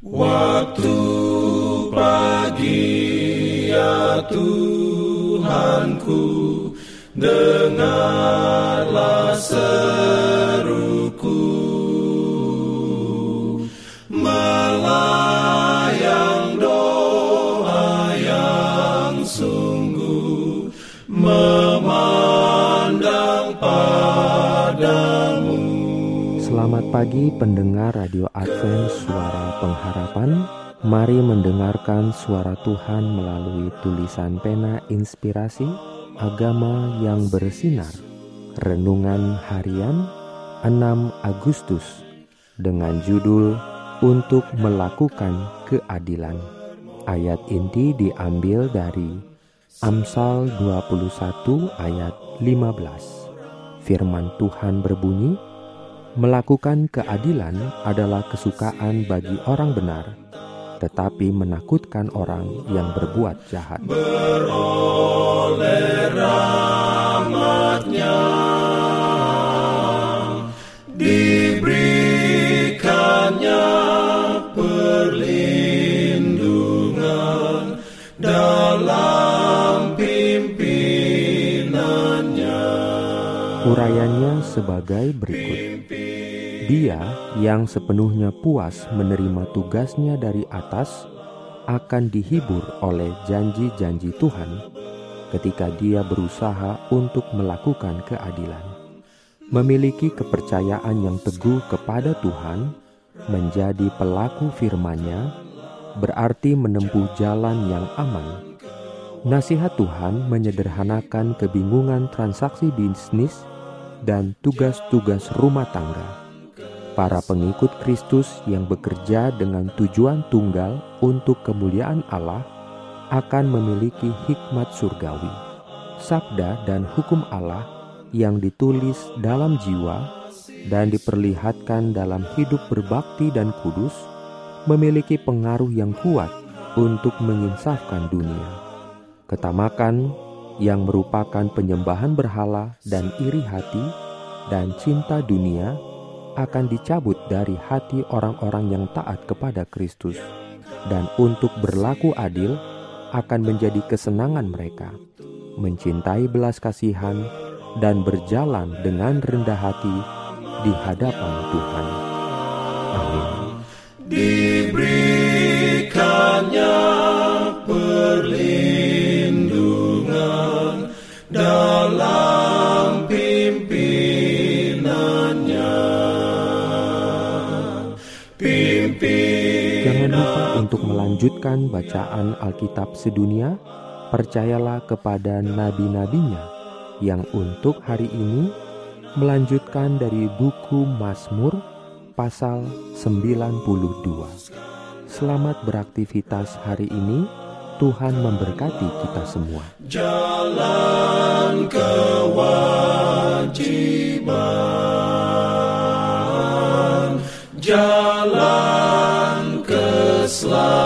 Waktu pagi ya Tuhanku, dengarlah seruku, melayang doa yang sungguh, memandang padamu. Selamat pagi pendengar Radio Advent Suara Pengharapan. Mari mendengarkan suara Tuhan melalui tulisan pena inspirasi agama yang bersinar. Renungan harian 6 Agustus dengan judul Untuk Melakukan Keadilan. Ayat inti diambil dari Amsal 21 ayat 15. Firman Tuhan berbunyi, melakukan keadilan adalah kesukaan bagi orang benar, tetapi menakutkan orang yang berbuat jahat. Beroleh rahmat-Nya, diberikannya perlindungan dalam pimpinannya. Urayanya sebagai berikut. Dia yang sepenuhnya puas menerima tugasnya dari atas akan dihibur oleh janji-janji Tuhan ketika dia berusaha untuk melakukan keadilan. Memiliki kepercayaan yang teguh kepada Tuhan, menjadi pelaku firman-Nya, berarti menempuh jalan yang aman. Nasihat Tuhan menyederhanakan kebingungan transaksi bisnis dan tugas-tugas rumah tangga. Para pengikut Kristus yang bekerja dengan tujuan tunggal untuk kemuliaan Allah akan memiliki hikmat surgawi. Sabda dan hukum Allah yang ditulis dalam jiwa dan diperlihatkan dalam hidup berbakti dan kudus memiliki pengaruh yang kuat untuk menginsafkan dunia. Ketamakan yang merupakan penyembahan berhala dan iri hati dan cinta dunia akan dicabut dari hati orang-orang yang taat kepada Kristus, dan untuk berlaku adil akan menjadi kesenangan mereka, mencintai belas kasihan dan berjalan dengan rendah hati di hadapan Tuhan. Amin. Diberikannya perlindungan dalam pimpinannya. Jangan lupa untuk melanjutkan bacaan Alkitab sedunia. Percayalah kepada nabi-nabinya yang untuk hari ini melanjutkan dari buku Mazmur pasal 92. Selamat beraktivitas hari ini. Tuhan memberkati kita semua. Jalan kewajiban, jalan keselamatan.